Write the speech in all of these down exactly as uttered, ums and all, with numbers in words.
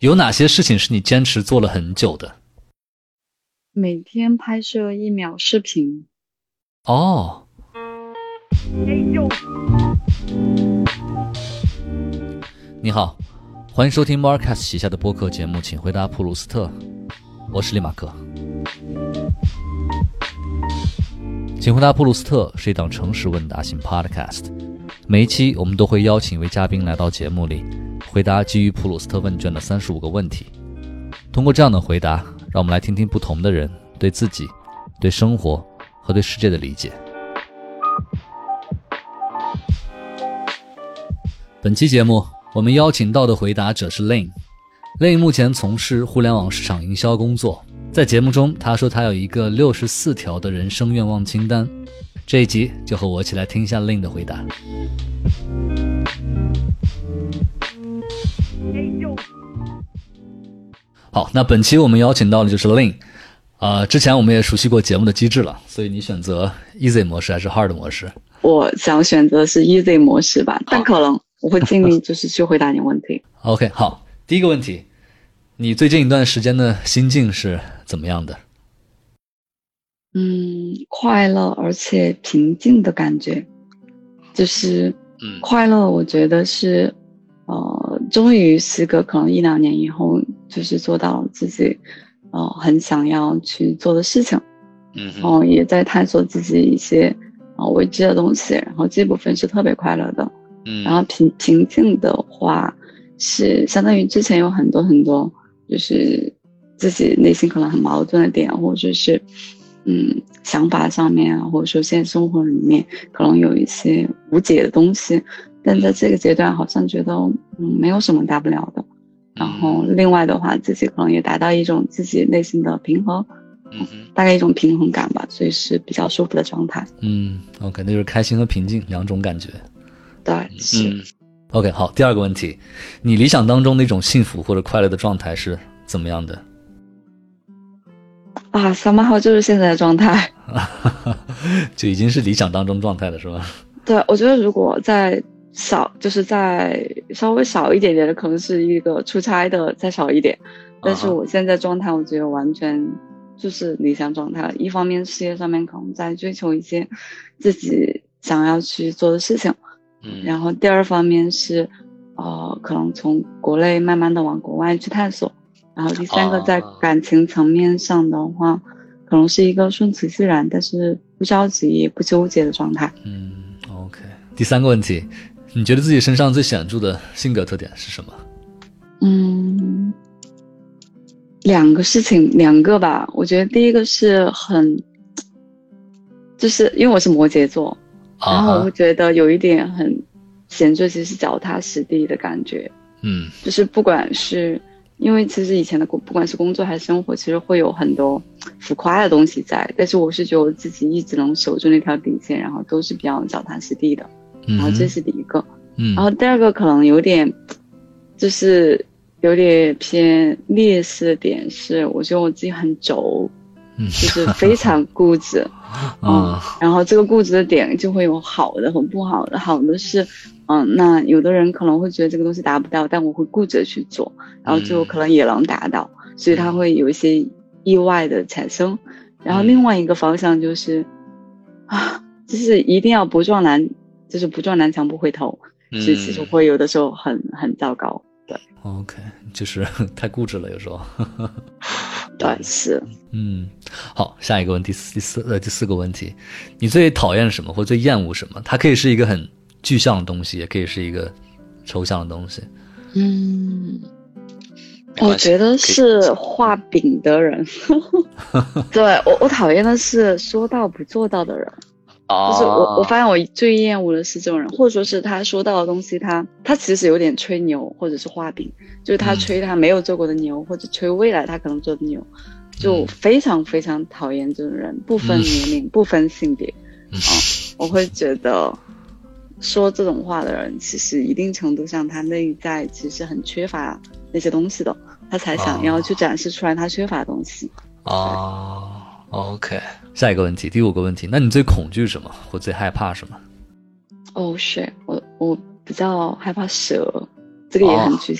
有哪些事情是你坚持做了很久的？ 每天拍摄一秒视频。 哦，你好，欢迎收听 Marcast 旗下的播客节目，请回答普鲁斯特，我是利马克。请回答普鲁斯特是一档诚实问答型 podcast， 每一期我们都会邀请一位嘉宾来到节目里，回答基于普鲁斯特问卷的三十五个问题。通过这样的回答，让我们来听听不同的人对自己、对生活和对世界的理解。本期节目我们邀请到的回答者是 Lane。Lane 目前从事互联网市场营销工作，在节目中他说他有一个六十四条的人生愿望清单。这一集就和我一起来听一下 Lane 的回答。好，那本期我们邀请到的就是 Lane。呃，之前我们也熟悉过节目的机制了，所以你选择 easy 模式还是 hard 模式？ 我想选择是 easy 模式吧，但可能我会尽力就是去回答你问题。 OK， 好，第一个问题，你最近一段时间的心境是怎么样的？ 嗯，快乐而且平静的感觉，就是嗯， 快乐，我觉得是，呃，终于时隔可能一两年以后，就是做到了自己，呃，很想要去做的事情， 嗯， 然后也在探索自己一些，呃，未知的东西，然后这部分是特别快乐的。 嗯， 然后平平静的话，是相当于之前有很多很多，就是自己内心可能很矛盾的点，或者是。嗯，想法上面啊，或者说现实生活里面可能有一些无解的东西，但在这个阶段好像觉得嗯没有什么大不了的。然后另外的话，自己可能也达到一种自己内心的平衡，嗯，大概一种平衡感吧，所以是比较舒服的状态。 嗯 ，OK， 那就是开心和平静两种感觉。 对，是。 嗯 OK， 好，第二个问题，你理想当中的一种幸福或者快乐的状态是怎么样的？ 啊，三八号就是现在的状态， 就已经是理想当中状态了，是吧？ 对，我觉得如果再少，就是再稍微少一点点的，可能是一个出差的再少一点，但是我现在状态，我觉得完全就是理想状态。一方面事业上面可能在追求一些自己想要去做的事情， 嗯， 然后第二方面是，呃，可能从国内慢慢的往国外去探索。然后第三个，在感情层面上的话，哦，可能是一个顺其自然，但是不着急也不纠结的状态。 嗯 ，OK。第三个问题，你觉得自己身上最显著的性格特点是什么？嗯， 两个事情，两个吧。我觉得第一个是很，就是因为我是摩羯座，啊，然后我会觉得有一点很显著，其实是脚踏实地的感觉。 嗯， 就是不管是。因为其实以前的不管是工作还是生活，其实会有很多浮夸的东西在，但是我是觉得我自己一直能守住那条底线，然后都是比较脚踏实地的，然后这是第一个。嗯，然后第二个可能有点，就是有点偏劣势的点是，我觉得我自己很轴，嗯，就是非常固执。嗯，然后这个固执的点就会有好的和不好的。好的是，嗯，那有的人可能会觉得这个东西达不到，但我会固执去做，然后就可能也能达到，嗯，所以它会有一些意外的产生。然后另外一个方向就是，啊，就是一定要不撞南，就是不撞南墙不回头，所以其实会有的时候很很糟糕。对 ，OK， 就是太固执了，有时候。 对，是。 嗯，好，下一个问题，第四呃第四个问题，你最讨厌什么或最厌恶什么？它可以是一个很具象的东西，也可以是一个抽象的东西。 嗯，我觉得是画饼的人。对，我我讨厌的是说到不做到的人。就是我我发现我最厌恶的是这种人，或者说是他说到的东西，他他其实有点吹牛或者是画饼，就是他吹他没有做过的牛，或者吹未来他可能做的牛，就非常非常讨厌这种人，不分年龄，不分性别。啊，我会觉得说这种话的人，其实一定程度上他内在其实很缺乏那些东西的，他才想要去展示出来他缺乏的东西。 哦，OK， 下一个问题，第五个问题，那你最恐惧什么，或最害怕什么？ 哦，是我我比较害怕蛇，这个也很具象。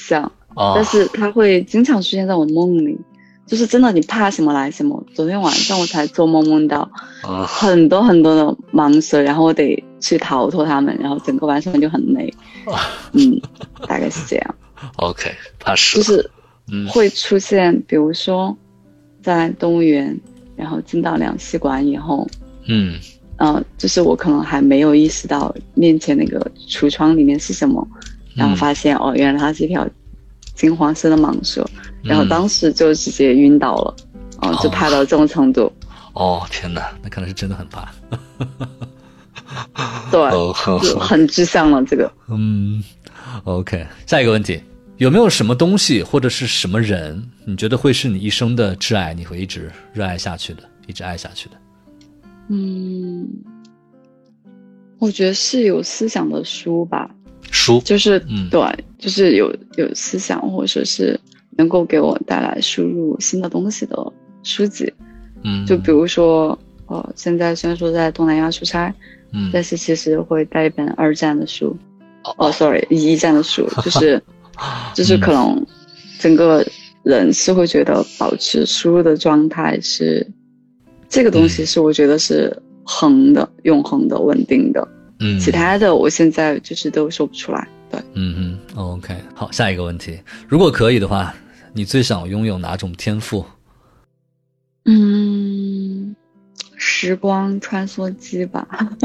哦， 但是它会经常出现在我梦里，就是真的你怕什么来什么。昨天晚上我才做梦梦到很多很多的蟒蛇，然后我得去逃脱它们，然后整个晚上就很累。嗯，大概是这样。 OK， 怕蛇就是会出现，嗯、比如说在动物园，然后进到两栖馆以后， 嗯， 呃，就是我可能还没有意识到面前那个橱窗里面是什么，然后发现、嗯、哦，原来它是一条金黄色的蟒蛇，然后当时就直接晕倒了，嗯、呃，就怕到这种程度。 哦，天哪，那可能是真的很怕。 对，就很具象了这个。 嗯 ，OK， 下一个问题，有没有什么东西或者是什么人，你觉得会是你一生的挚爱，你会一直热爱下去的，一直爱下去的？ 嗯，我觉得是有思想的书吧。 书就是、 嗯、 对，就是有有思想，或者是能够给我带来输入新的东西的书籍。 嗯， 就比如说，呃，现在虽然说在东南亚出差，嗯，但是其实会带一本二战的书，哦、oh, ，sorry， 一战的书，就是就是可能整个人是会觉得保持输入的状态是这个东西是我觉得是恒的、永恒的、稳定的。嗯，其他的我现在就是都说不出来。对， 嗯嗯 ，OK， 好，下一个问题，如果可以的话，你最想拥有哪种天赋？ 嗯，时光穿梭机吧，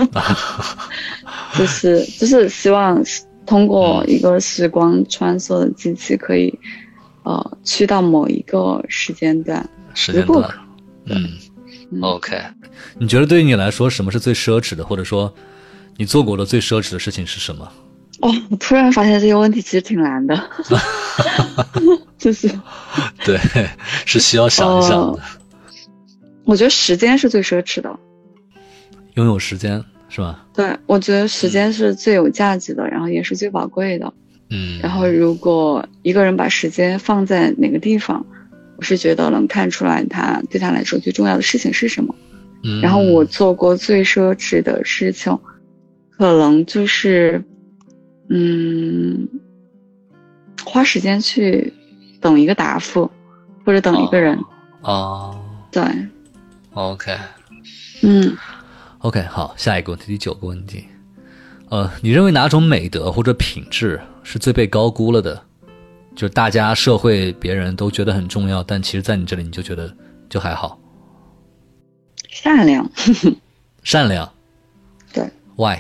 就是就是希望通过一个时光穿梭的机器，可以呃去到某一个时间段。 时间段，嗯。嗯 OK， 你觉得对于你来说什么是最奢侈的，或者说你做过的最奢侈的事情是什么？ 哦，我突然发现这个问题其实挺难的。就是对，是需要想一想的、呃、 我觉得时间是最奢侈的， 拥有时间是吧？ 对，我觉得时间是最有价值的、嗯、然后也是最宝贵的。 嗯， 然后如果一个人把时间放在哪个地方，我是觉得能看出来他对他来说最重要的事情是什么。 嗯， 然后我做过最奢侈的事情可能就是嗯花时间去等一个答复或者等一个人。 哦，哦对 OK， 嗯 OK， 好，下一个问题，第九个问题，呃你认为哪种美德或者品质是最被高估了的，就是大家社会别人都觉得很重要，但其实在你这里你就觉得就还好？ 善良。 善良， 对 Why？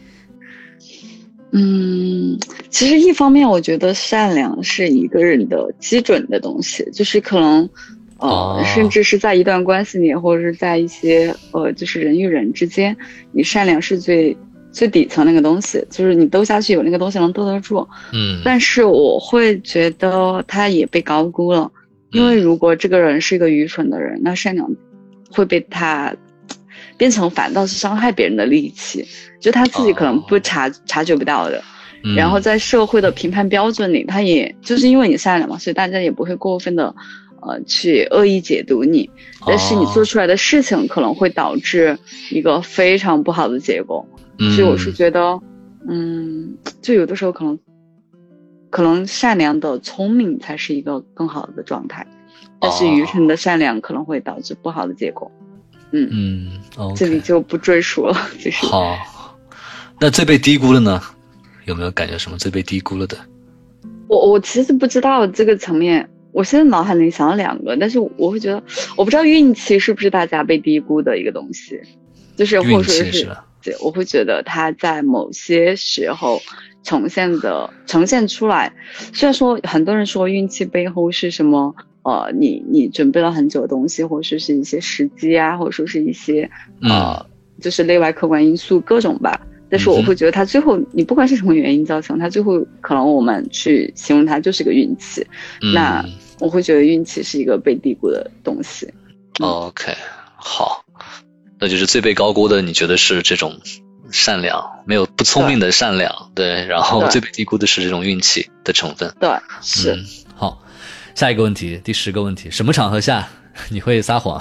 嗯，其实一方面我觉得善良是一个人的基准的东西，就是可能呃、哦，甚至是在一段关系里，或者是在一些呃就是人与人之间，你善良是最最底层那个东西，就是你兜下去有那个东西能兜得住。 嗯， 但是我会觉得他也被高估了，因为如果这个人是一个愚蠢的人，那善良会被他变成反倒是伤害别人的利器，就他自己可能不察、哦、察觉不到的、嗯、然后在社会的评判标准里，他也就是因为你善良嘛，所以大家也不会过分的呃去恶意解读你，但是你做出来的事情可能会导致一个非常不好的结果、嗯、所以我是觉得嗯就有的时候可能可能善良的聪明才是一个更好的状态，但是愚蠢的善良可能会导致不好的结果。嗯嗯、okay. 这里就不赘述了。就是好，那最被低估了呢？有没有感觉什么最被低估了的？ 我我其实不知道这个层面，我现在脑海里想了两个，但是我会觉得，我不知道运气是不是大家被低估的一个东西，就是或者说是，对，我会觉得它在某些时候呈现的呈现出来，虽然说很多人说运气背后是什么。呃，你你准备了很久的东西，或者说是一些时机啊，或者说是一些呃、嗯，就是内外客观因素各种吧。但是我会觉得它最后，你不管是什么原因造成，它最后可能我们去形容它就是个运气。嗯、那我会觉得运气是一个被低估的东西。 嗯、OK， 好，那就是最被高估的，你觉得是这种善良，没有不聪明的善良，对，对然后最被低估的是这种运气的成分。 对，是、 嗯、好。下一个问题，第十个问题，什么场合下你会撒谎？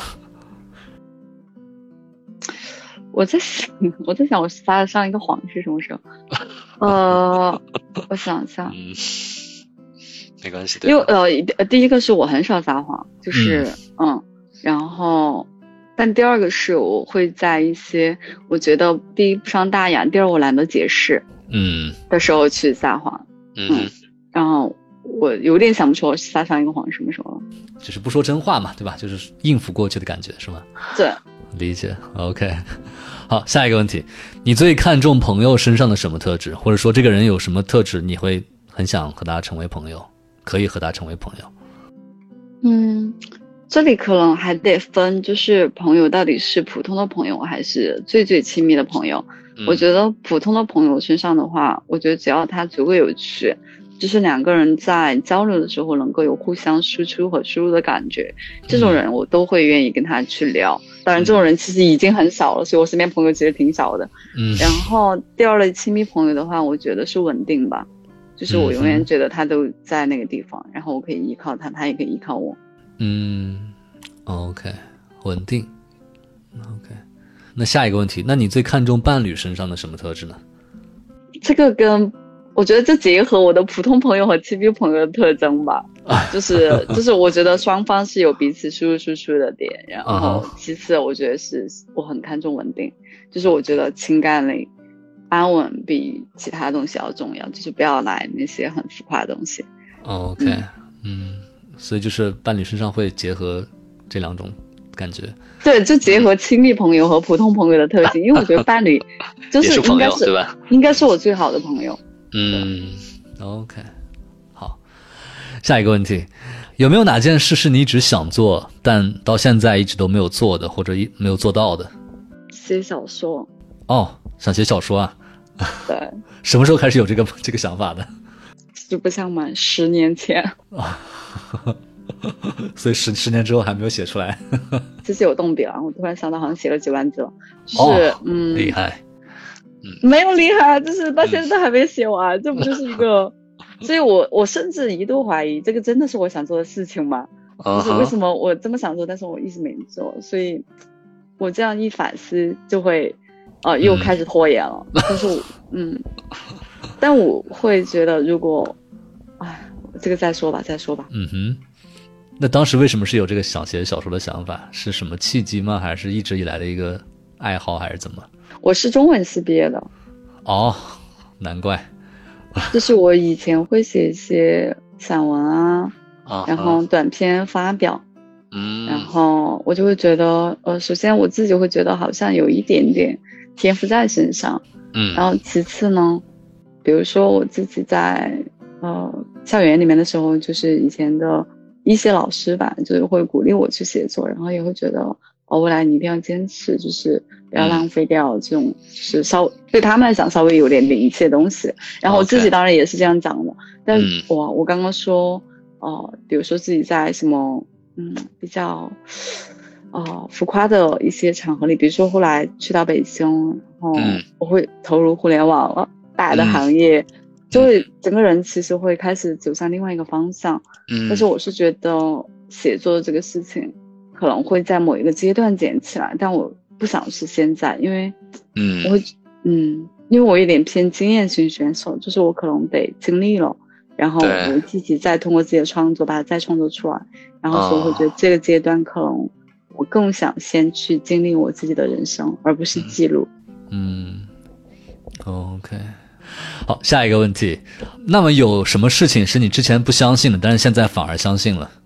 我在想，我在想，我撒的上一个谎是什么时候？呃，我想一下，嗯、 没关系。对， 因为呃，第一个是我很少撒谎，就是嗯, 嗯，然后，但第二个是我会在一些我觉得第一不伤大雅，第二我懒得解释，嗯的时候去撒谎，嗯, 嗯，然后我有点想不出我撒上一个谎什么时候了， 就是不说真话嘛，对吧？就是应付过去的感觉，是吗？ 对， 理解。 OK， 好，下一个问题，你最看重朋友身上的什么特质，或者说这个人有什么特质你会很想和他成为朋友，可以和他成为朋友？ 嗯，这里可能还得分，就是朋友到底是普通的朋友还是最最亲密的朋友。嗯，我觉得普通的朋友身上的话，我觉得只要他足够有趣，就是两个人在交流的时候能够有互相输出和输入的感觉，这种人我都会愿意跟他去聊。当然这种人其实已经很少了，所以我身边朋友其实挺少的。嗯，然后第二类亲密朋友的话，我觉得是稳定吧，就是我永远觉得他都在那个地方，然后我可以依靠他，他也可以依靠我。 嗯 OK， 稳定 OK。 那下一个问题，那你最看重伴侣身上的什么特质呢？ 这个跟我觉得这结合我的普通朋友和亲密朋友的特征吧，就是就是我觉得双方是有彼此输入输出的点，然后其次我觉得是我很看重稳定，就是我觉得情感里安稳比其他东西要重要，就是不要来那些很浮夸的东西。 OK， 嗯, 嗯，所以就是伴侣身上会结合这两种感觉。 对，就结合亲密朋友和普通朋友的特性，因为我觉得伴侣就是应该 是, 是对吧？应该是我最好的朋友。 嗯 OK， 好，下一个问题，有没有哪件事是你一直想做但到现在一直都没有做的，或者没有做到的？ 写小说。 哦，想写小说啊？ 对。 什么时候开始有这个这个想法的？ 实不相瞒，十年前。 所以十十年之后还没有写出来。 其实有动笔了，我突然想到好像写了几万字了，就是、 哦、 嗯， 厉害。 嗯，没有厉害，就是到现在都还没写完，嗯、这不就是一个，所以我我甚至一度怀疑这个真的是我想做的事情吗？ uh-huh. 就是为什么我这么想做，但是我一直没做，所以我这样一反思就会，呃，又开始拖延了。但是我嗯，但我会觉得如果，哎，这个再说吧，再说吧。 嗯哼。那当时为什么是有这个想写小说的想法？是什么契机吗？还是一直以来的一个爱好，还是怎么？ 我是中文系毕业的。 哦，难怪。 就是我以前会写一些散文啊，啊然后短篇发表，嗯，然后我就会觉得，呃，首先我自己会觉得好像有一点点天赋在身上，嗯，然后其次呢，比如说我自己在呃校园里面的时候，就是以前的一些老师吧，就是会鼓励我去写作，然后也会觉得哦，未来你一定要坚持，就是不要浪费掉这种，就是稍微对他们来讲稍微有点灵气的东西。然后我自己当然也是这样讲的， okay. 但我我刚刚说，呃，比如说自己在什么嗯比较呃浮夸的一些场合里，比如说后来去到北京，然后我会投入互联网了，大的行业。嗯就会整个人其实会开始走向另外一个方向，嗯，但是我是觉得写作这个事情可能会在某一个阶段捡起来，但我不想是现在，因为，嗯，我会，嗯，因为我有点偏经验型选手，就是我可能得经历了，然后我自己再通过自己的创作把它再创作出来，然后所以我觉得这个阶段可能我更想先去经历我自己的人生，而不是记录。 嗯, 嗯 ，OK。好，下一个问题，那么有什么事情是你之前不相信的，但是现在反而相信了？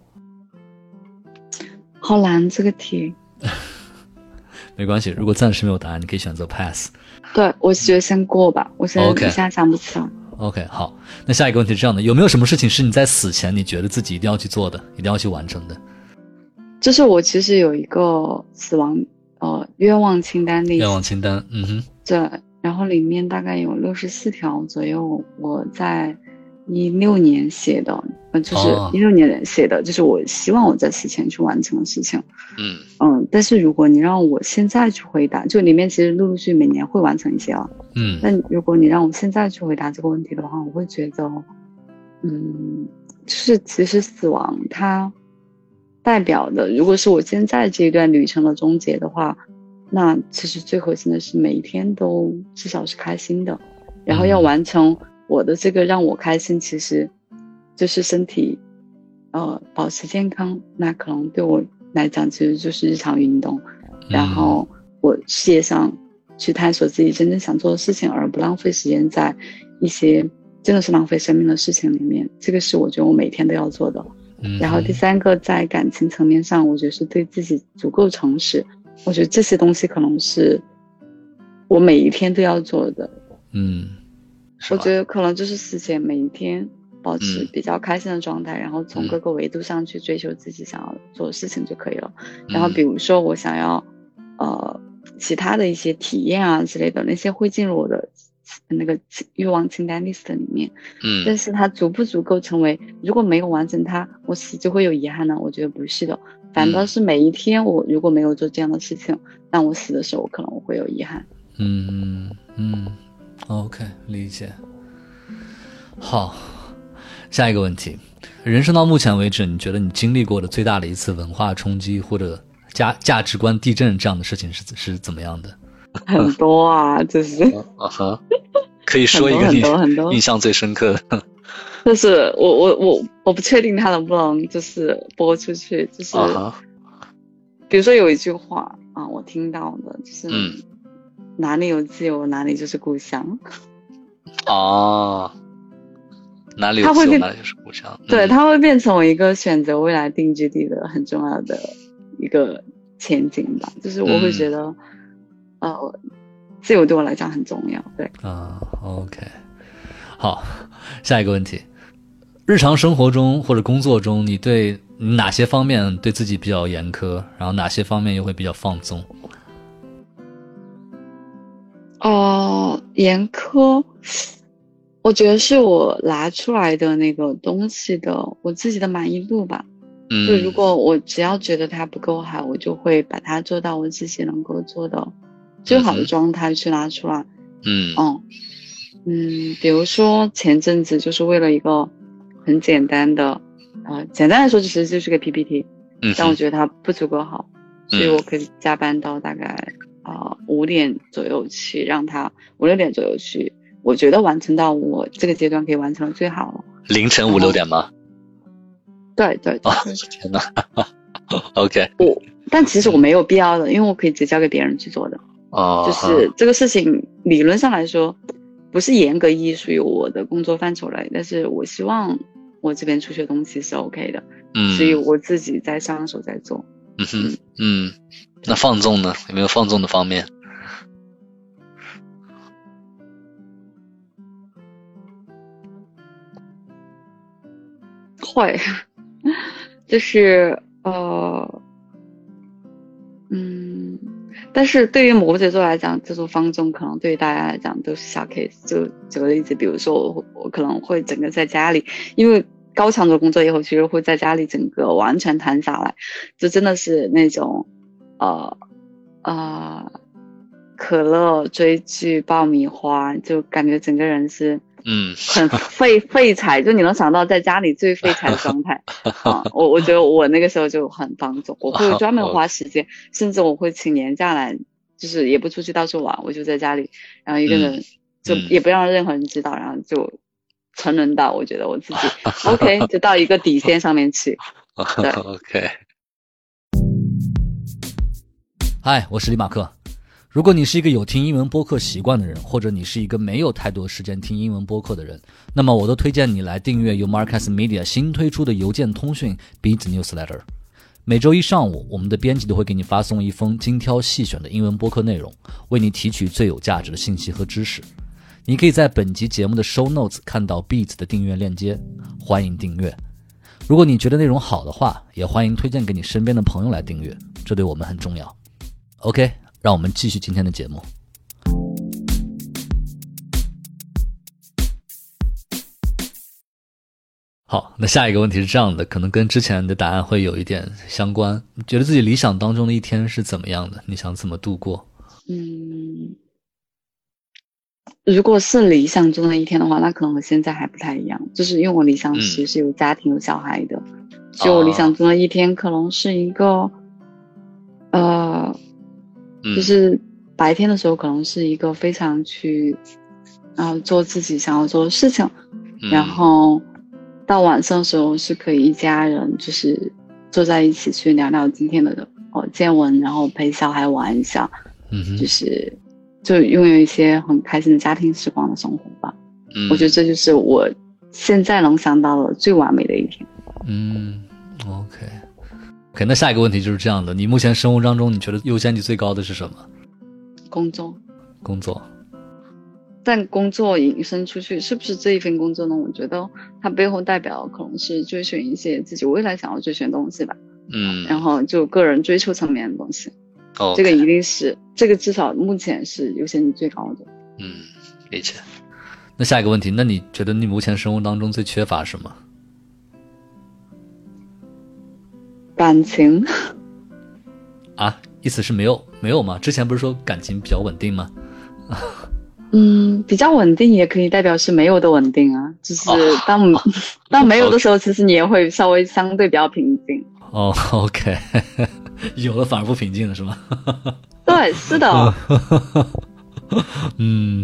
好难这个题。 没关系，如果暂时没有答案，你可以选择 pass。 对，我觉得先过吧，我现在一下想不起来。 OK， 好，那下一个问题是这样的，有没有什么事情是你在死前你觉得自己一定要去做的，一定要去完成的？ 就是我其实有一个死亡呃愿望清单里。 愿望清单，嗯哼， 对。然后里面大概有六十四条左右，我在一六年写的，呃，就是一六年写的，哦，就是我希望我在死前去完成的事情。嗯嗯，但是如果你让我现在去回答，就里面其实陆陆续每年会完成一些了。嗯，但如果你让我现在去回答这个问题的话，我会觉得，嗯，就是其实死亡它代表的，如果是我现在这一段旅程的终结的话。那其实最核心的是每一天都至少是开心的，然后要完成我的这个让我开心，其实就是身体呃保持健康，那可能对我来讲其实就是日常运动，然后我事业上去探索自己真正想做的事情，而不浪费时间在一些真的是浪费生命的事情里面，这个是我觉得我每天都要做的。然后第三个在感情层面上，我觉得是对自己足够诚实，我觉得这些东西可能是我每一天都要做的。 嗯， 我觉得可能就是实现每一天保持比较开心的状态、嗯、然后从各个维度上去追求自己想要做的事情就可以了、嗯、然后比如说我想要呃其他的一些体验啊之类的，那些会进入我的那个欲望清单 list 里面，嗯，但是它足不足够成为，如果没有完成它，我死就会有遗憾呢？我觉得不是的，反倒是每一天我如果没有做这样的事情，那我死的时候可能我会有遗憾。 嗯嗯 ，OK， 理解。好，下一个问题，人生到目前为止，你觉得你经历过的最大的一次文化冲击或者价价值观地震这样的事情是是怎么样的？ 很多啊，就是啊哈，可以说一个你印象最深刻的。 就是我我我我不确定它能不能就是播出去，就是、uh-huh. 比如说有一句话啊，我听到的就是、嗯、哪里有自由哪里就是故乡。 哦，哪里有自由哪里就是故乡。 对、嗯，它会变成我一个选择未来定居地的很重要的一个前景吧，就是我会觉得、嗯呃，自由对我来讲很重要，对。 啊 ，OK， 好，下一个问题，日常生活中或者工作中，你对哪些方面对自己比较严苛，然后哪些方面又会比较放纵？ 哦、呃，严苛，我觉得是我拿出来的那个东西的我自己的满意度吧。嗯，就如果我只要觉得它不够好，我就会把它做到我自己能够做的最好的状态去拿出来。嗯嗯嗯，比如说前阵子就是为了一个很简单的呃简单来说其实就是个 P P T， 嗯，但我觉得它不足够好，所以我可以加班到大概啊五点左右去让它五六点左右去，我觉得完成到我这个阶段可以完成的最好了。 凌晨五六点吗？ 对对对， 哦，天哪OK， 我但其实我没有必要的，因为我可以直接交给别人去做的。哦，就是这个事情理论上来说不是严格意义属于我的工作范畴类，但是我希望我这边出去的东西是 OK 的，嗯，所以我自己在上手在做。 嗯哼，嗯，那放纵呢？有没有放纵的方面？ 会，就是呃，嗯。但是对于摩羯座来讲，这种放纵可能对于大家来讲都是小 case。就举个例子，比如说我我可能会整个在家里，因为高强度工作以后，其实会在家里整个完全瘫下来，就真的是那种呃呃可乐、追剧、爆米花，就感觉整个人是嗯很废废柴，就你能想到在家里最废柴的状态啊！我我觉得我那个时候就很放纵，我会专门花时间，甚至我会请年假来，就是也不出去到处玩，我就在家里，然后一个人就也不让任何人知道，然后就沉沦到我觉得我自己 OK， 就到一个底线上面去。对 OK， 嗨，我是李马克。如果你是一个有听英文播客习惯的人，或者你是一个没有太多时间听英文播客的人，那么我都推荐你来订阅由 Marcus Media 新推出的邮件通讯 Beats Newsletter。每周一上午，我们的编辑都会给你发送一封精挑细选的英文播客内容，为你提取最有价值的信息和知识。你可以在本集节目的 show notes 看到 Beats 的订阅链接，欢迎订阅。如果你觉得内容好的话，也欢迎推荐给你身边的朋友来订阅，这对我们很重要。OK， 让我们继续今天的节目。好，那下一个问题是这样的，可能跟之前的答案会有一点相关。你觉得自己理想当中的一天是怎么样的？你想怎么度过？ 嗯，如果是理想中的一天的话，那可能和现在还不太一样。就是因为我理想时是有家庭有小孩的，嗯、所以我理想中的一天可能是一个，呃，就是白天的时候可能是一个非常去，然后做自己想要做的事情，嗯、然后。 到晚上的时候是可以一家人就是坐在一起去聊聊今天的哦见闻，然后陪小孩玩一下， 嗯哼， 就是就拥有一些很开心的家庭时光的生活吧。 嗯， 我觉得这就是我现在能想到的最完美的一天。 嗯 ，OK，OK，、okay. 那下一个问题就是这样的：你目前生活当中，你觉得优先级最高的是什么？ 工作。 工作。 但工作引申出去，是不是这一份工作呢？我觉得它背后代表可能是追寻一些自己未来想要追寻的东西吧。 嗯， 然后就个人追求层面的东西。 哦， 这个一定是，这个至少目前是优先级最高的。 嗯，理解。那下一个问题，那你觉得你目前生活当中最缺乏什么？ 感情。 啊，意思是没有没有吗？之前不是说感情比较稳定吗？ 嗯，比较稳定也可以代表是没有的稳定啊，就是当、哦、当没有的时候，其实你也会稍微相对比较平静。 哦 ，OK， 有了反而不平静了是吗？ 对，是的。 嗯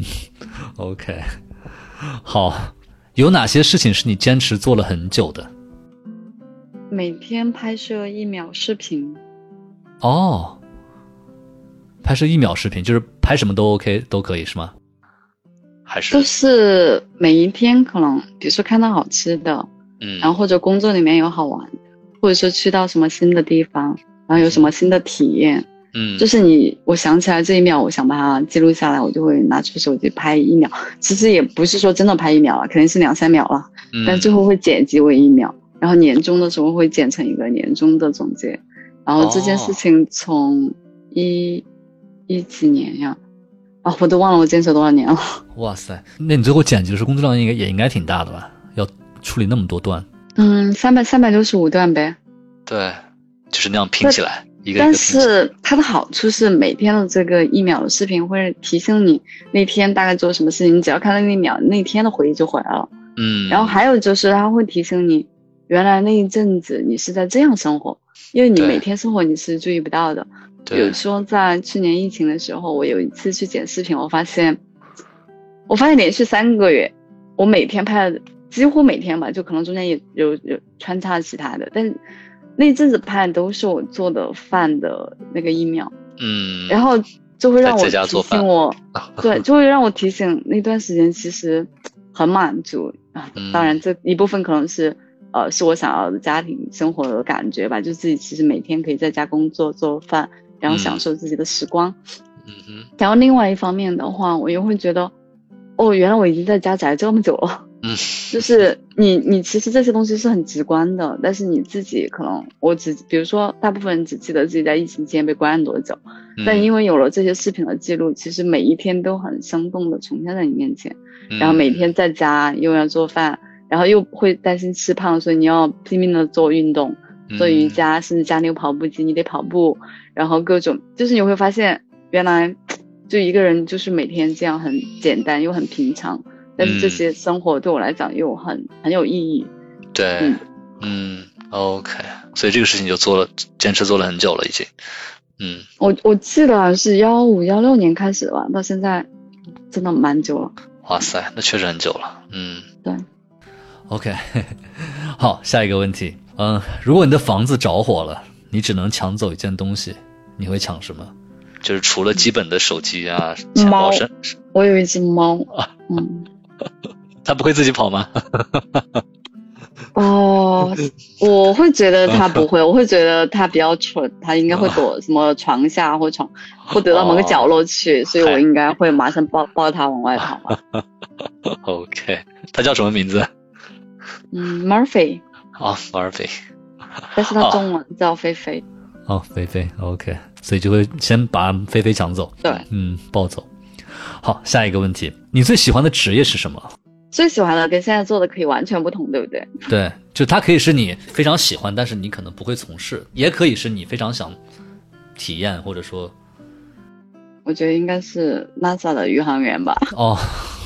，OK， 好，有哪些事情是你坚持做了很久的？ 每天拍摄一秒视频。 哦，拍摄一秒视频，就是拍什么都 OK 都可以是吗？还是就是每一天可能比如说看到好吃的，嗯，然后或者工作里面有好玩的，或者说去到什么新的地方，然后有什么新的体验，嗯，就是你我想起来这一秒我想把它记录下来，我就会拿出手机拍一秒，其实也不是说真的拍一秒了，肯定是两三秒了，嗯，但最后会剪辑为一秒，然后年终的时候会剪成一个年终的总结。然后这件事情从一、哦、一几年呀，啊，我都忘了我坚持多少年了。 哇塞，那你最后剪辑的时候工作量应该也应该挺大的吧？要处理那么多段。 嗯，三百三百六十五段呗。 对，就是那样拼起来，一个一个拼起来。 但是它的好处是每天的这个一秒的视频会提醒你那天大概做什么事情，你只要看到那一秒，那天的回忆就回来了。嗯。然后还有就是它会提醒你，原来那一阵子你是在这样生活。因为你每天生活你是注意不到的，比如说在去年疫情的时候，我有一次去剪视频，我发现，我发现连续三个月，我每天拍的几乎每天吧，就可能中间也有有穿插其他的，但是那一阵子拍的都是我做的饭的那个一秒，嗯，然后就会让我提醒我，对，就会让我提醒那段时间其实很满足啊，当然这一部分可能是。呃，是我想要的家庭生活的感觉吧，就自己其实每天可以在家工作做饭，然后享受自己的时光。嗯哼。然后另外一方面的话，我又会觉得，哦，原来我已经在家宅这么久了。嗯。就是你你其实这些东西是很直观的，但是你自己可能我只比如说大部分人只记得自己在疫情期间被关了多久，嗯，但因为有了这些视频的记录，其实每一天都很生动的呈现在你面前。嗯。然后每天在家又要做饭。然后又会担心吃胖，所以你要拼命的做运动，做瑜伽，甚至家里有跑步机，你得跑步，然后各种，就是你会发现，原来就一个人就是每天这样很简单又很平常，但是这些生活对我来讲又很很有意义。 对，嗯嗯 ，OK， 所以这个事情就做了，坚持做了很久了，已经。嗯， 我我记得是幺五幺六年开始的吧，到现在真的蛮久了。 哇塞，那确实很久了。嗯， 对。 OK， 好，下一个问题，嗯，如果你的房子着火了，你只能抢走一件东西，你会抢什么？就是除了基本的手机啊、钱包身， 我有一只猫，嗯， 它不会自己跑吗？ 哦，我会觉得它不会，我会觉得它比较蠢，它应该会躲什么床下或床，或躲到某个角落去，哦，所以我应该会马上抱抱它往外跑吧。 OK， 它叫什么名字？ 嗯 ，Murphy。 哦 ，Murphy。 但是它中文叫菲菲。 哦，菲菲 ，OK， 所以就会先把菲菲抢走。 对， 嗯，抱走。好，下一个问题，你最喜欢的职业是什么？ 最喜欢的跟现在做的可以完全不同，对不对？ 对，就它可以是你非常喜欢，但是你可能不会从事，也可以是你非常想体验，或者说， 我觉得应该是 NASA 的宇航员吧。 哦。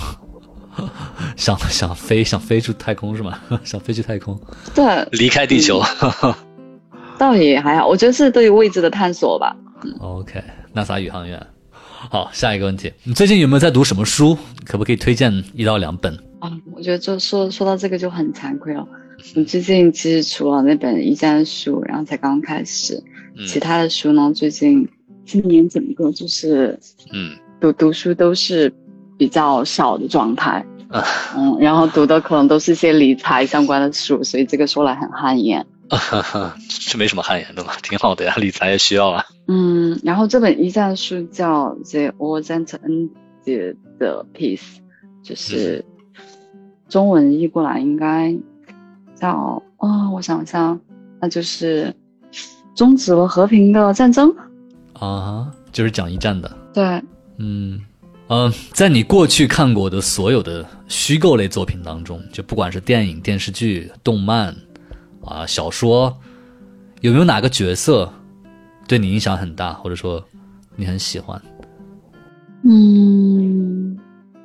想想飞，想飞出太空是吗？想飞去太空， 对， 离开地球， 嗯、倒也还好，我觉得是对于未知的探索吧。 嗯、OK， NASA 宇航员。好，下一个问题，你最近有没有在读什么书？可不可以推荐一到两本？ 啊，我觉得就说说到这个就很惭愧了。 我最近其实除了那本一战书，然后才刚开始， 嗯、 其他的书呢，最近今年整个就是嗯读读书都是比较少的状态。嗯，然后读的可能都是一些理财相关的书，所以这个说来很汗颜。 这没什么汗颜的嘛，挺好的呀，理财也需要啊。 嗯，然后这本一战书叫 The Wasn't Ended Peace， 就是中文译过来应该叫哦，我想一下，那就是终止了和平的战争啊，就是讲一战的。 对， 嗯。嗯，在你过去看过的所有的虚构类作品当中，就不管是电影、电视剧、动漫啊、小说，有没有哪个角色对你影响很大，或者说你很喜欢？ 嗯，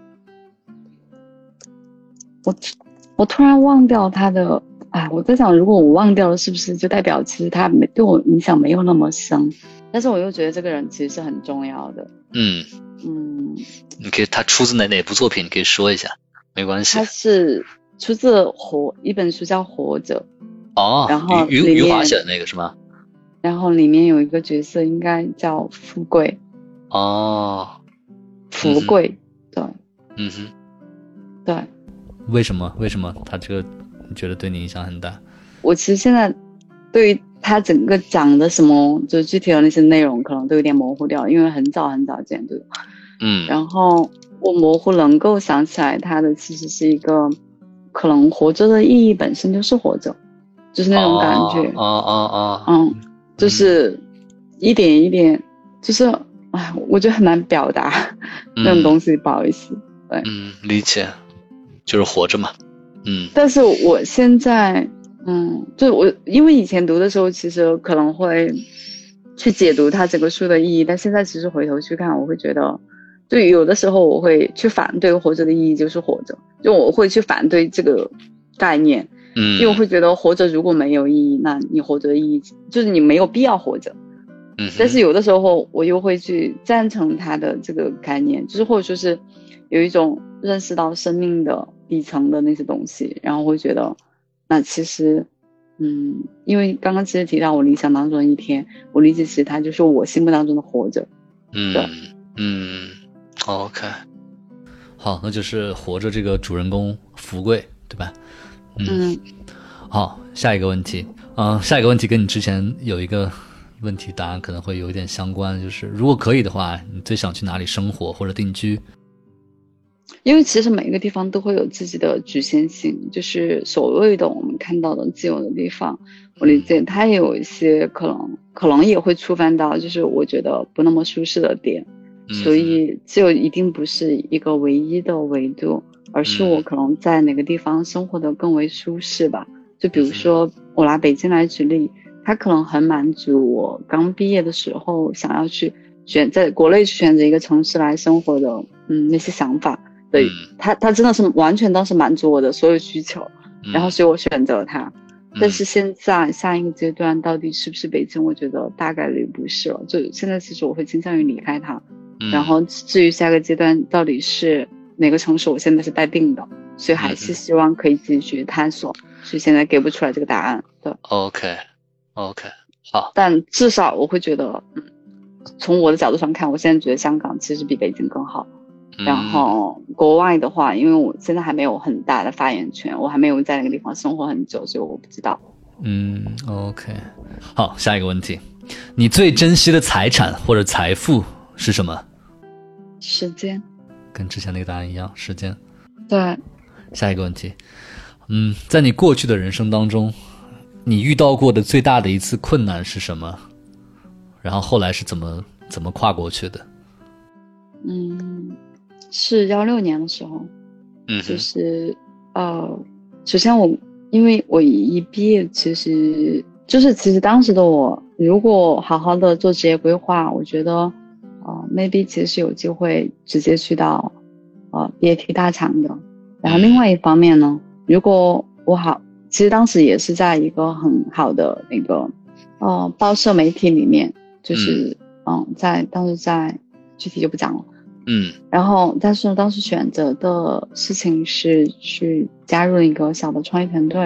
我我突然忘掉他的，哎，我在想，如果我忘掉了，是不是就代表其实他没对我影响没有那么深？但是我又觉得这个人其实是很重要的。 嗯嗯， 你可以，他出自哪哪部作品？你可以说一下，没关系。 他是出自活一本书叫《活着》 哦， 然后余余余华写的那个是吗？ 然后里面有一个角色应该叫富贵。 哦， 富贵，对， 嗯哼， 对。 为什么？为什么他这个你觉得对你影响很大？ 我其实现在对于他整个讲的什么，就具体的那些内容可能都有点模糊掉，因为很早很早见，对。 嗯， 然后我模糊能够想起来，他的其实是一个可能活着的意义本身就是活着，就是那种感觉。 哦哦哦， 嗯，就是一点一点，就是哎，我觉得很难表达、嗯、那种东西，不好意思。对， 嗯，理解，就是活着嘛。嗯， 但是我现在，嗯，就我因为以前读的时候，其实可能会去解读它整个书的意义，但现在其实回头去看，我会觉得，就有的时候我会去反对活着的意义就是活着，就我会去反对这个概念，嗯，因为我会觉得活着如果没有意义，那你活着的意义就是你没有必要活着。嗯，但是有的时候我又会去赞成它的这个概念，就是或者说是有一种认识到生命的底层的那些东西，然后会觉得那其实嗯，因为刚刚其实提到我理想当中的一天，我理解其实它就是我心目当中的活着。 嗯嗯 OK， 好，那就是活着这个主人公福贵，对吧？ 嗯, 嗯好，下一个问题，嗯、呃，下一个问题跟你之前有一个问题答案可能会有一点相关，就是如果可以的话，你最想去哪里生活或者定居？ 因为其实每一个地方都会有自己的局限性，就是所谓的我们看到的自由的地方，我理解它也有一些可能可能也会触犯到就是我觉得不那么舒适的点，所以自由一定不是一个唯一的维度，而是我可能在哪个地方生活的更为舒适吧。就比如说我拿北京来举例，它可能很满足我刚毕业的时候想要去选在国内去选择一个城市来生活的嗯那些想法。对，他他真的是完全当时满足我的所有需求，然后所以我选择了他。但是现在下一个阶段到底是不是北京，我觉得大概率不是了，就现在其实我会倾向于离开它。然后至于下个阶段到底是哪个城市，我现在是待定的，所以还是希望可以继续探索，所以现在给不出来这个答案。对 OK OK 好， 但至少我会觉得嗯，从我的角度上看，我现在觉得香港其实比北京更好。然后国外的话，因为我现在还没有很大的发言权，我还没有在那个地方生活很久，所以我不知道。 嗯 OK 好，下一个问题，你最珍惜的财产或者财富是什么？ 时间。 跟之前那个答案一样，时间。 对。 下一个问题，嗯，在你过去的人生当中，你遇到过的最大的一次困难是什么？然后后来是怎么怎么跨过去的？ 嗯，是幺六年的时候，嗯，就是呃，首先我因为我一毕业，其实就是其实当时的我，如果好好的做职业规划，我觉得呃 maybe 其实是有机会直接去到呃 B A T 大厂的。然后另外一方面呢，如果我好，其实当时也是在一个很好的那个呃报社媒体里面，就是嗯、呃，在当时在具体就不讲了。嗯，然后但是当时选择的事情是去加入一个小的创业团队，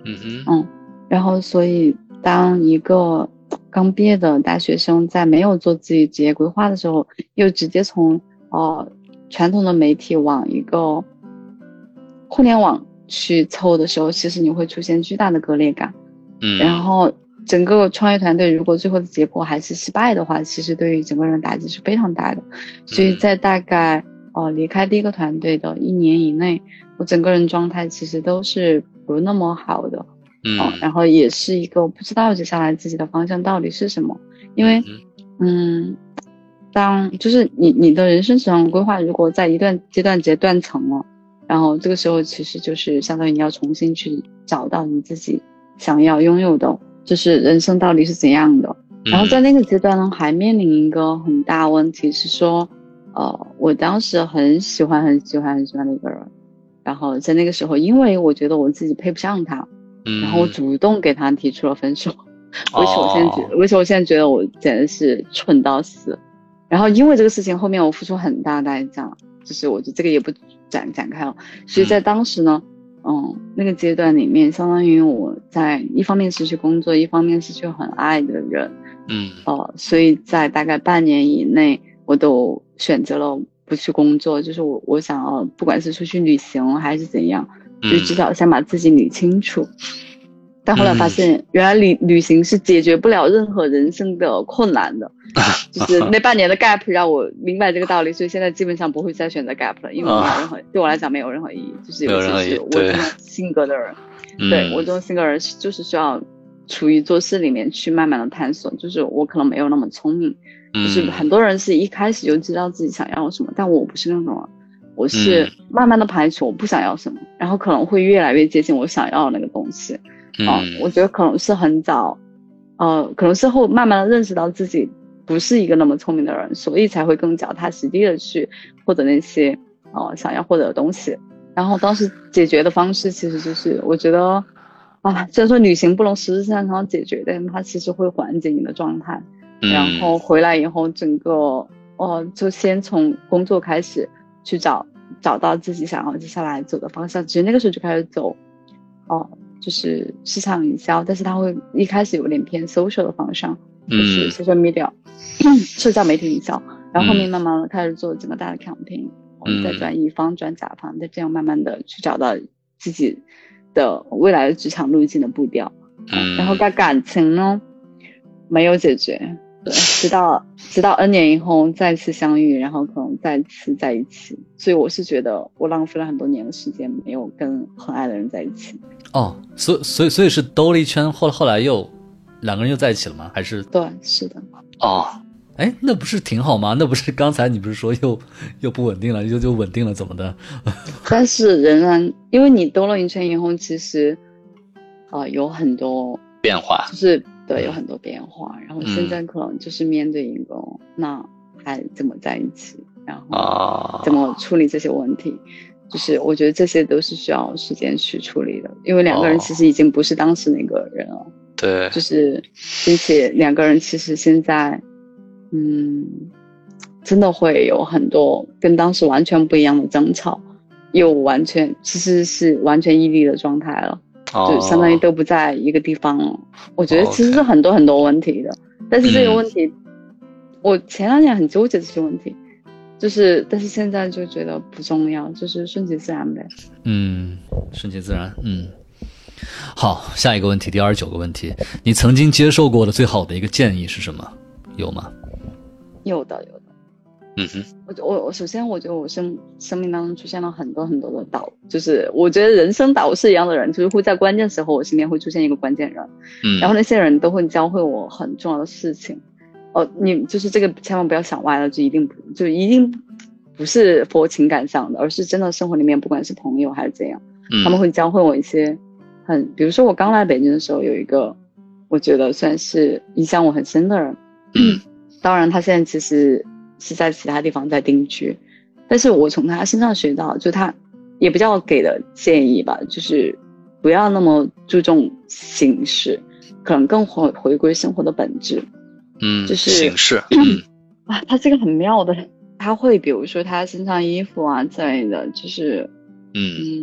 嗯哼， 嗯，然后所以当一个刚毕业的大学生在没有做自己职业规划的时候，又直接从呃传统的媒体往一个互联网去凑的时候，其实你会出现巨大的割裂感。 嗯， 然后整个创业团队如果最后的结果还是失败的话，其实对于整个人打击是非常大的。所以在大概呃离开第一个团队的一年以内，我整个人状态其实都是不那么好的。 嗯、 呃，然后也是一个不知道接下来自己的方向到底是什么。因为嗯当就是你你的人生职场规划如果在一段阶段直接断层了，然后这个时候其实就是相当于你要重新去找到你自己想要拥有的就是人生到底是怎样的。然后在那个阶段呢，还面临一个很大问题是说呃，我当时很喜欢很喜欢很喜欢的一个人，然后在那个时候因为我觉得我自己配不上他，然后我主动给他提出了分手。为什么我现在觉得为什么我现在觉得我简直是蠢到死。然后因为这个事情后面我付出很大代价，就是我觉得这个也不展展开了。所以在当时呢嗯，那个阶段里面相当于我在一方面失去工作，一方面失去很爱的人。 嗯， 呃，所以在大概半年以内我都选择了不去工作，就是我我想要不管是出去旅行还是怎样，就至少先把自己捋清楚。但后来发现原来旅旅行是解决不了任何人生的困难的。就是那半年的 gap 让我明白这个道理，所以现在基本上不会再选择 gap 了，因为没有任何、啊、对我来讲没有任何意义。就是尤其是我这种性格的人，对我这种性格的人就是需要处于做事里面去慢慢的探索。就是我可能没有那么聪明，就是很多人是一开始就知道自己想要什么，但我不是那种人，我是慢慢的排除我不想要什么，然后可能会越来越接近我想要的那个东西。嗯、呃，我觉得可能是很早，呃，可能是后慢慢的认识到自己不是一个那么聪明的人，所以才会更脚踏实地的去获得那些呃想要获得的东西。然后当时解决的方式其实就是我觉得啊，虽然说旅行不能实质上上解决，但它其实会缓解你的状态。然后回来以后整个哦、呃、就先从工作开始去找找到自己想要接下来走的方向。其实那个时候就开始走哦、呃、就是市场营销，但是它会一开始有点偏 social 的方向，就是 social media、嗯、社交媒体营销，然后后面慢慢的开始做整个大的 campaign， 我们再转乙方转甲方，再这样慢慢的去找到自己的未来的职场路径的步调。嗯，然后在感情呢没有解决，对，直到直到 N 年以后再次相遇，然后可能再次在一起。所以我是觉得我浪费了很多年的时间没有跟很爱的人在一起。 哦，所以所以所以是兜了一圈，后后来又两个人又在一起了吗？还是？ 对，是的。 哦， 哎，那不是挺好吗？那不是刚才你不是说又又不稳定了，又就稳定了，怎么的？ 但是仍然，因为你兜了一圈以后，其实呃有很多变化， 就是对有很多变化。然后现在可能就是面对一个、嗯、那还怎么在一起，然后怎么处理这些问题。就是我觉得这些都是需要时间去处理的，因为两个人其实已经不是当时那个人了。哦、 对， 就是并且两个人其实现在嗯真的会有很多跟当时完全不一样的争吵，又完全其实是完全异地的状态了。哦、就相当于都不在一个地方了。我觉得其实是很多很多问题的。哦 okay、但是这个问题、嗯、我前两年很纠结这些问题，就是但是现在就觉得不重要，就是顺其自然呗。 嗯，顺其自然。嗯，好，下一个问题，第二十九个问题，你曾经接受过的最好的一个建议是什么？有吗？ 有的，有的。 嗯哼， 我我我首先我觉得我生生命当中出现了很多很多的导，就是我觉得人生导师一样的人，就是会在关键时候我身边会出现一个关键人。嗯，然后那些人都会教会我很重要的事情。哦，你就是这个千万不要想歪了，就一定不就一定不是 for 情感上的，而是真的生活里面不管是朋友还是怎样、嗯、他们会教会我一些很，比如说我刚来北京的时候有一个我觉得算是影响我很深的人，当然他现在其实是在其他地方在定居，但是我从他身上学到，就他也不叫给的建议吧，就是不要那么注重形式，可能更回回归生活的本质。 嗯， 就是形式。 啊，他这个很妙的，他会比如说他身上衣服啊之类的，就是嗯，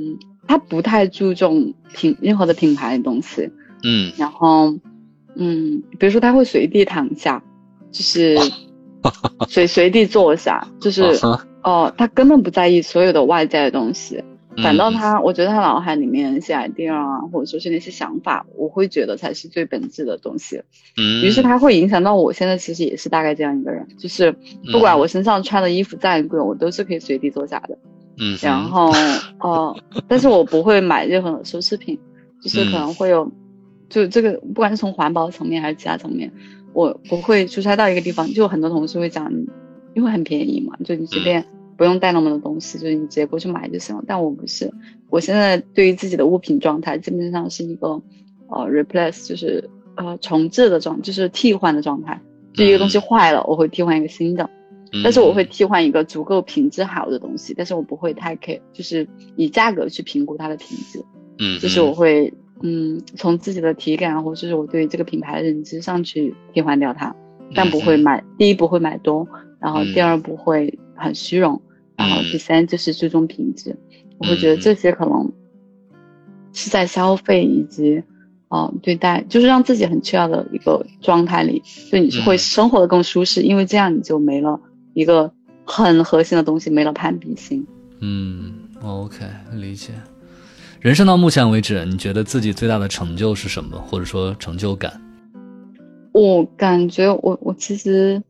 他不太注重品任何的品牌的东西， 嗯， 然后嗯，比如说他会随地躺下，就是随随地坐下，就是哦、呃，他根本不在意所有的外在的东西，反倒他、嗯、我觉得他脑海里面那些 idea 啊，或者说是那些想法，我会觉得才是最本质的东西。嗯，于是他会影响到我现在其实也是大概这样一个人，就是不管我身上穿的衣服再贵，我都是可以随地坐下的。嗯，然后哦、呃，但是我不会买任何的奢侈品，就是可能会有、嗯、就这个不管是从环保层面还是其他层面，我不会出差到一个地方，就很多同事会讲，因为很便宜嘛，就你随便不用带那么多东西，就是你直接过去买就行了。但我不是，我现在对于自己的物品状态基本上是一个呃 replace， 就是呃重置的状，就是替换的状态，就一个东西坏了，我会替换一个新的。但是我会替换一个足够品质好的东西，但是我不会太 care， 就是以价格去评估它的品质。嗯，就是我会嗯从自己的体感或者是我对这个品牌的认知上去替换掉它，但不会买、嗯、第一不会买多，然后第二不会很虚荣、嗯、然后第三就是注重品质、嗯、我会觉得这些可能是在消费以及呃对待就是让自己很chill的一个状态里，就你是会生活的更舒适、嗯、因为这样你就没了一个很核心的东西，没了攀比心。 嗯 OK 理解。人生到目前为止，你觉得自己最大的成就是什么，或者说成就感？ 我感觉我我其实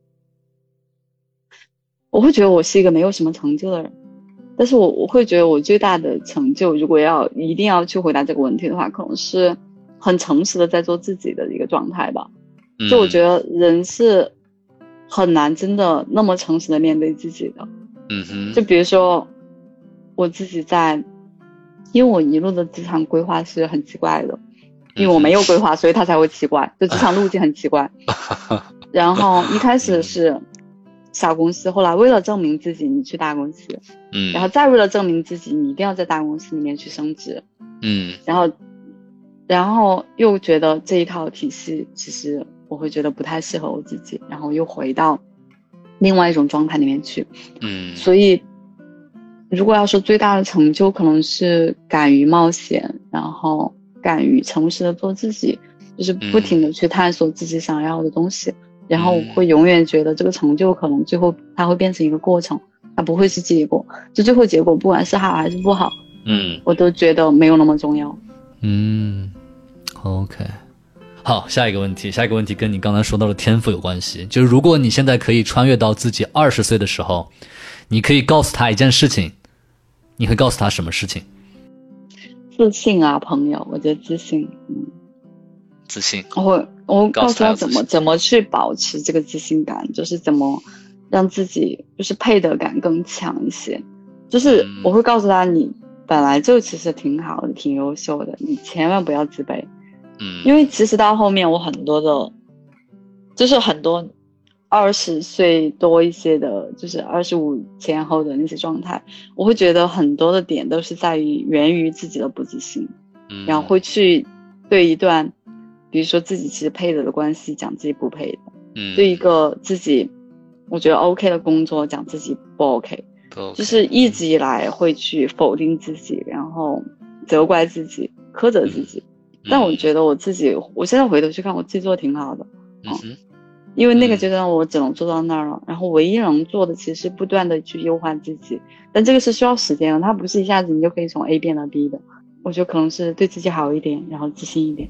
我会觉得我是一个没有什么成就的人，但是我我会觉得我最大的成就，如果要一定要去回答这个问题的话，可能是很诚实的在做自己的一个状态吧。就我觉得人是很难真的那么诚实的面对自己的。嗯哼。就比如说我自己在，因为我一路的职场规划是很奇怪的，因为我没有规划，所以它才会奇怪，就职场路径很奇怪。然后一开始是小公司，后来为了证明自己你去大公司，嗯，然后再为了证明自己你一定要在大公司里面去升职，嗯，然后然后又觉得这一套体系其实我会觉得不太适合我自己，然后又回到另外一种状态里面去。嗯，所以如果要说最大的成就，可能是敢于冒险，然后敢于诚实的做自己，就是不停的去探索自己想要的东西。嗯，然后我会永远觉得这个成就可能最后它会变成一个过程，它不会是结果，就最后结果不管是好还是不好，嗯，我都觉得没有那么重要。 嗯 OK 好，下一个问题下一个问题跟你刚才说到的天赋有关系，就是如果你现在可以穿越到自己二十岁的时候，你可以告诉他一件事情，你会告诉他什么事情？ 自信啊，朋友，我觉得自信。嗯， 自信。 我会我会告诉他怎么怎么去保持这个自信感，就是怎么让自己就是配得感更强一些。就是我会告诉他，你本来就其实挺好的，挺优秀的，你千万不要自卑。嗯，因为其实到后面我很多的，就是很多二十岁多一些的，就是二十五前后的那些状态，我会觉得很多的点都是在于源于自己的不自信，嗯，然后会去对一段比如说自己其实配得的关系讲自己不配的，嗯，对一个自己我觉得 OK 的工作讲自己不 OK， 不 OK， 就是一直以来会去否定自己，然后责怪自己，苛责自己，嗯，但我觉得我自己我现在回头去看我自己做得挺好的，嗯，嗯，因为那个阶段我只能做到那儿了，然后唯一能做的其实是不断的去优化自己，但这个是需要时间的，它不是一下子你就可以从 A 变到 B 的。我觉得可能是对自己好一点，然后自信一点。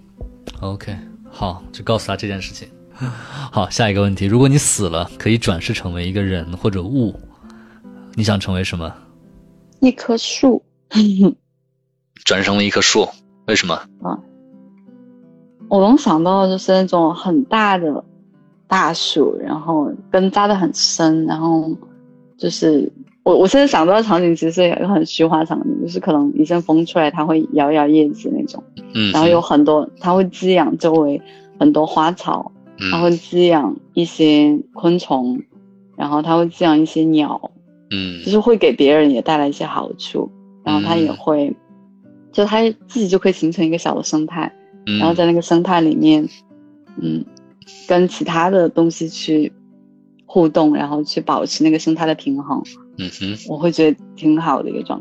OK 好，就告诉他这件事情。好，下一个问题，如果你死了可以转世成为一个人或者物，你想成为什么？ 一棵树。 转世成为一棵树，为什么？啊， 我能想到的就是那种很大的大树，然后根扎得很深，然后就是我我现在想到的场景其实有一个很虚化场景，就是可能一阵风出来它会摇摇叶子那种，嗯，然后有很多它会滋养周围很多花草，它会滋养一些昆虫，然后它会滋养一些鸟，嗯，就是会给别人也带来一些好处，然后它也会，嗯，就它自己就可以形成一个小的生态，嗯，然后在那个生态里面，嗯，跟其他的东西去互动，然后去保持那个生态的平衡，嗯哼，我会觉得挺好的一个状态。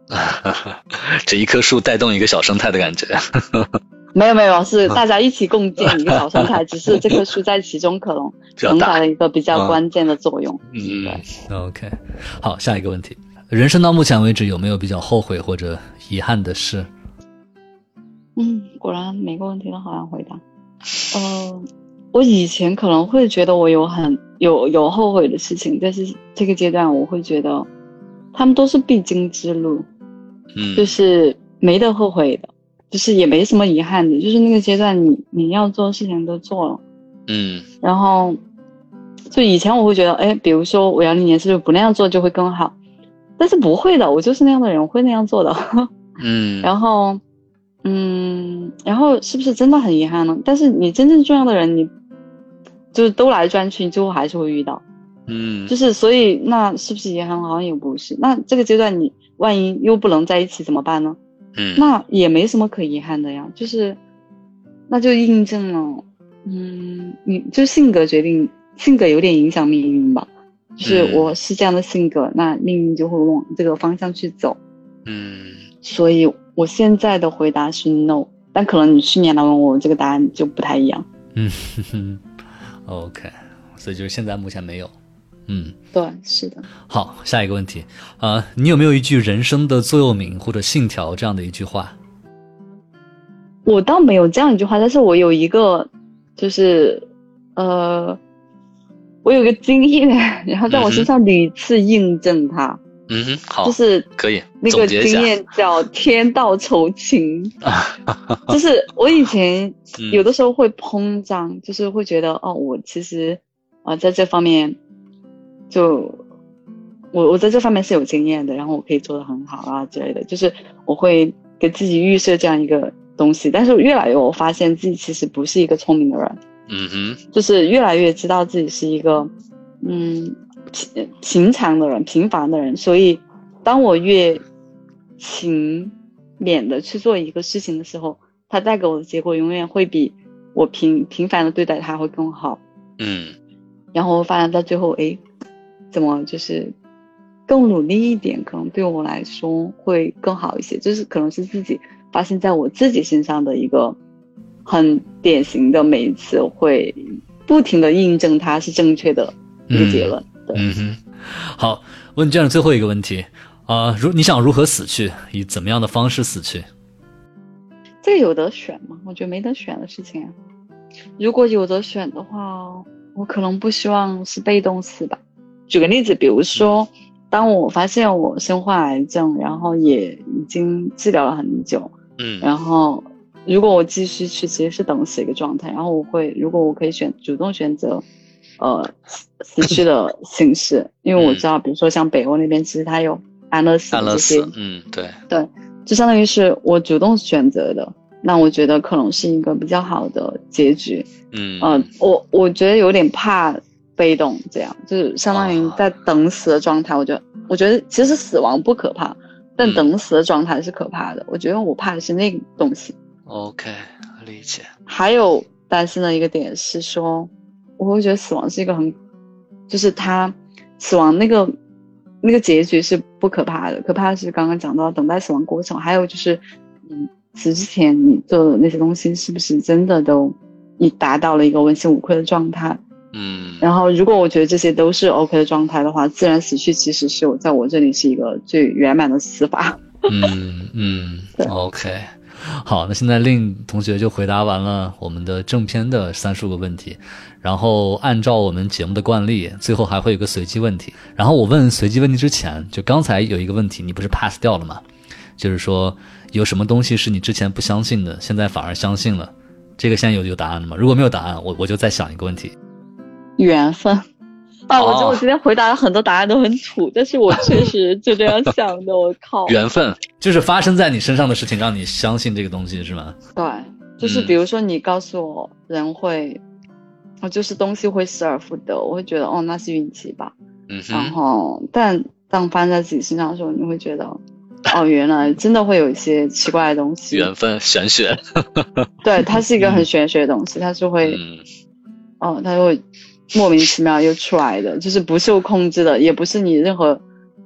这一棵树带动一个小生态的感觉。 没有没有，是大家一起共建一个小生态，只是这棵树在其中可能承载了一个比较关键的作用。 嗯，对 ，OK， 好，下一个问题，人生到目前为止有没有比较后悔或者遗憾的事？ 嗯，果然每个问题都好难回答。呃，我以前可能会觉得我有很有有后悔的事情，但是这个阶段我会觉得，他们都是必经之路，嗯，就是没得后悔的。就是也没什么遗憾的，就是那个阶段你你要做的事情都做了，嗯，然后就以前我会觉得，哎，比如说我要一年是不是不那样做就会更好，但是不会的，我就是那样的人，我会那样做的，嗯，然后，嗯，然后是不是真的很遗憾呢？但是你真正重要的人，你就是兜来转去，你最后还是会遇到，嗯，就是所以那是不是遗憾？好像也不是。那这个阶段你万一又不能在一起怎么办呢？嗯，那也没什么可遗憾的呀，就是那就印证了，嗯，你就性格决定，性格有点影响命运吧，就是我是这样的性格，嗯，那命运就会往这个方向去走，嗯，所以我现在的回答是 no， 但可能你去年来问我这个答案就不太一样。嗯呵呵 ，OK， 所以就是现在目前没有。嗯， 对，是的。 好，下一个问题，呃，你有没有一句人生的座右铭或者信条这样的一句话？ 我倒没有这样一句话，但是我有一个，就是呃，我有个经验，然后在我身上屡次印证它。嗯哼，好，就是可以那个经验叫天道酬勤。就是我以前有的时候会膨胀，嗯，就是会觉得哦，我其实啊，呃，在这方面。就我我在这方面是有经验的，然后我可以做得很好啊之类的，就是我会给自己预设这样一个东西，但是越来越我发现自己其实不是一个聪明的人，嗯哼，就是越来越知道自己是一个嗯平常的人，平凡的人，所以当我越勤勉的去做一个事情的时候，它带给我的结果永远会比我平平凡的对待它会更好，嗯，然后我发现到最后，诶怎么就是更努力一点，可能对我来说会更好一些，就是可能是自己发现在我自己身上的一个很典型的，每一次会不停的印证它是正确的一个结论。嗯，对， 嗯哼，好，问这样的最后一个问题啊，呃，如你想如何死去，以怎么样的方式死去？ 这个有得选吗？我觉得没得选的事情啊。如果有得选的话，我可能不希望是被动死吧。举个例子，比如说当我发现我身患癌症，然后也已经治疗了很久，嗯，然后如果我继续去其实是等死一个状态，然后我会如果我可以选主动选择呃死去的形式，因为我知道比如说像北欧那边其实它有安乐死这些， 嗯，对对，就相当于是我主动选择的，那我觉得可能是一个比较好的结局。嗯，呃，我我觉得有点怕被动，这样就是相当于在等死的状态。我觉得，我觉得其实死亡不可怕，但等死的状态是可怕的。我觉得我怕的是那个东西。 OK， 理解。 还有担心的一个点是说，我会觉得死亡是一个很，就是他死亡那个那个结局是不可怕的，可怕的是刚刚讲到等待死亡过程，还有就是，嗯，死之前你做的那些东西是不是真的都你达到了一个问心无愧的状态？嗯，然后如果我觉得这些都是 OK 的状态的话，自然死去其实是我在我这里是一个最圆满的死法。 嗯嗯，OK， 好，那现在令同学就回答完了我们的正片的三十五个问题，然后按照我们节目的惯例，最后还会有个随机问题。然后我问随机问题之前，就刚才有一个问题你不是 pass 掉了吗？就是说有什么东西是你之前不相信的，现在反而相信了？这个现在有有答案了吗？如果没有答案，我我就再想一个问题。 缘分啊，我觉得我今天回答了很多答案都很土，但是我确实就这样想的。我靠， 缘分就是发生在你身上的事情让你相信这个东西是吗？ 对，就是比如说你告诉我人会、嗯、就是东西会失而复得，我会觉得哦那是运气吧。嗯，然后但当发生在自己身上的时候，你会觉得哦原来真的会有一些奇怪的东西。 缘分玄学。 对，它是一个很玄学的东西，它是会、嗯、哦它会莫名其妙又出来的，就是不受控制的，也不是你任何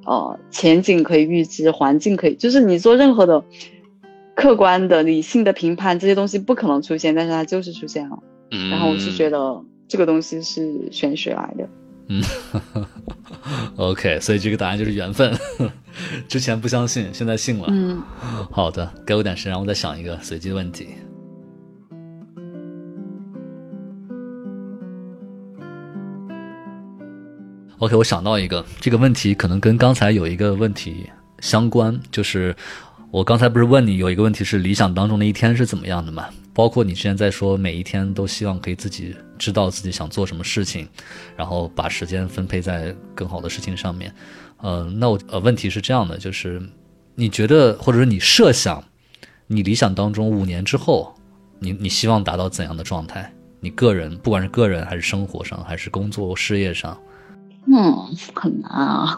呃前景可以预知，环境可以，就是你做任何的客观的理性的评判，这些东西不可能出现，但是它就是出现了。嗯，然后我是觉得这个东西是玄学来的。 嗯，OK， 所以这个答案就是缘分。之前不相信，现在信了。 嗯， 好的，给我点时间，让我再想一个随机问题。OK， 我想到一个，这个问题可能跟刚才有一个问题相关，就是我刚才不是问你有一个问题是理想当中的一天是怎么样的吗？包括你之前在说每一天都希望可以自己知道自己想做什么事情，然后把时间分配在更好的事情上面。呃，那我呃问题是这样的，就是你觉得或者是你设想，你理想当中五年之后，你你希望达到怎样的状态？你个人，不管是个人还是生活上，还是工作事业上？ 嗯，很难啊。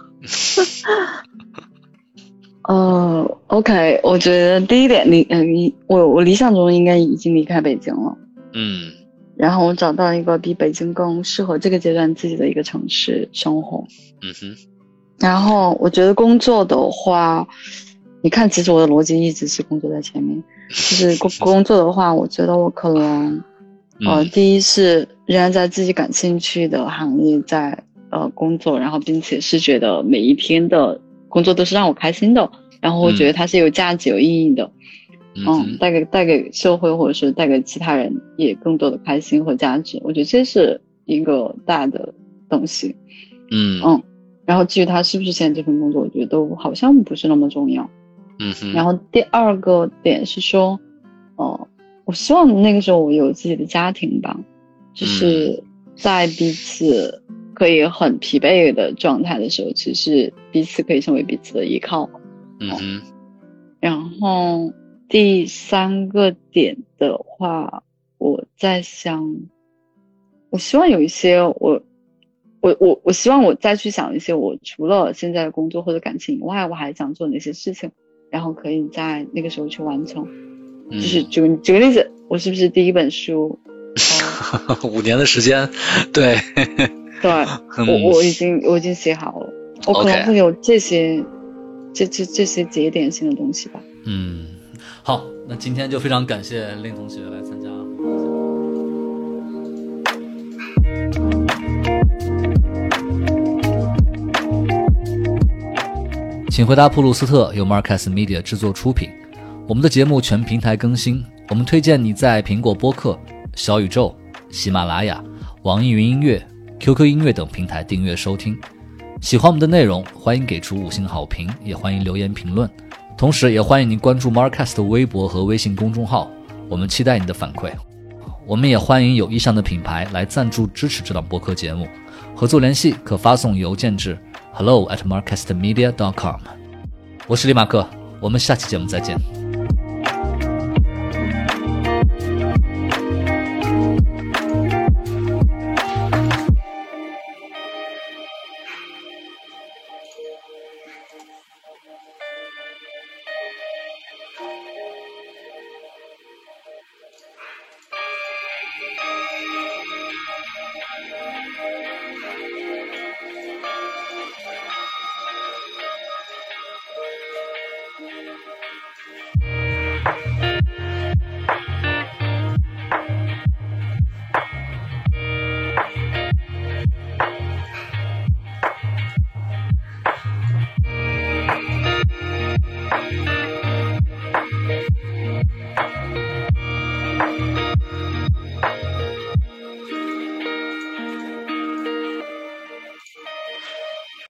呃 ，OK， 我觉得第一点，理呃，我我理想中应该已经离开北京了， 嗯， 然后我找到一个比北京更适合这个阶段自己的一个城市生活， 嗯哼，然后我觉得工作的话，你看，其实我的逻辑一直是工作在前面，就是工工作的话，我觉得我可能，呃， 嗯、 第一是仍然在自己感兴趣的行业在呃工作，然后并且是觉得每一天的工作都是让我开心的，然后我觉得它是有价值、有意义的，嗯，嗯带给带给社会或者是带给其他人也更多的开心和价值，我觉得这是一个大的东西，嗯嗯，然后至于他是不是现在这份工作，我觉得都好像不是那么重要，嗯哼。然后第二个点是说，呃，我希望那个时候我有自己的家庭吧，就是在彼此可以很疲惫的状态的时候，其实彼此可以成为彼此的依靠。嗯哼。然后第三个点的话，我在想，我希望有一些我，我我我希望我再去想一些我除了现在的工作或者感情以外，我还想做哪些事情，然后可以在那个时候去完成。嗯、就是举个举个例子，我是不是第一本书？ 呃、五年的时间，对。 对，我我已经我已经写好了，我可能会有这些、okay. 这这这些节点性的东西吧。 嗯，好，那今天就非常感谢令同学来参加。请回答普鲁斯特由 Marcus Media 制作出品，我们的节目全平台更新，我们推荐你在苹果播客、小宇宙、喜马拉雅、网易云音乐、Q Q 音乐等平台订阅收听。喜欢我们的内容，欢迎给出五星好评，也欢迎留言评论，同时也欢迎您关注 Marcus 的微博和微信公众号，我们期待你的反馈。我们也欢迎有意向的品牌来赞助支持这档播客节目，合作联系可发送邮件至 hello at marcusmedia dot com。 我是李马克，我们下期节目再见。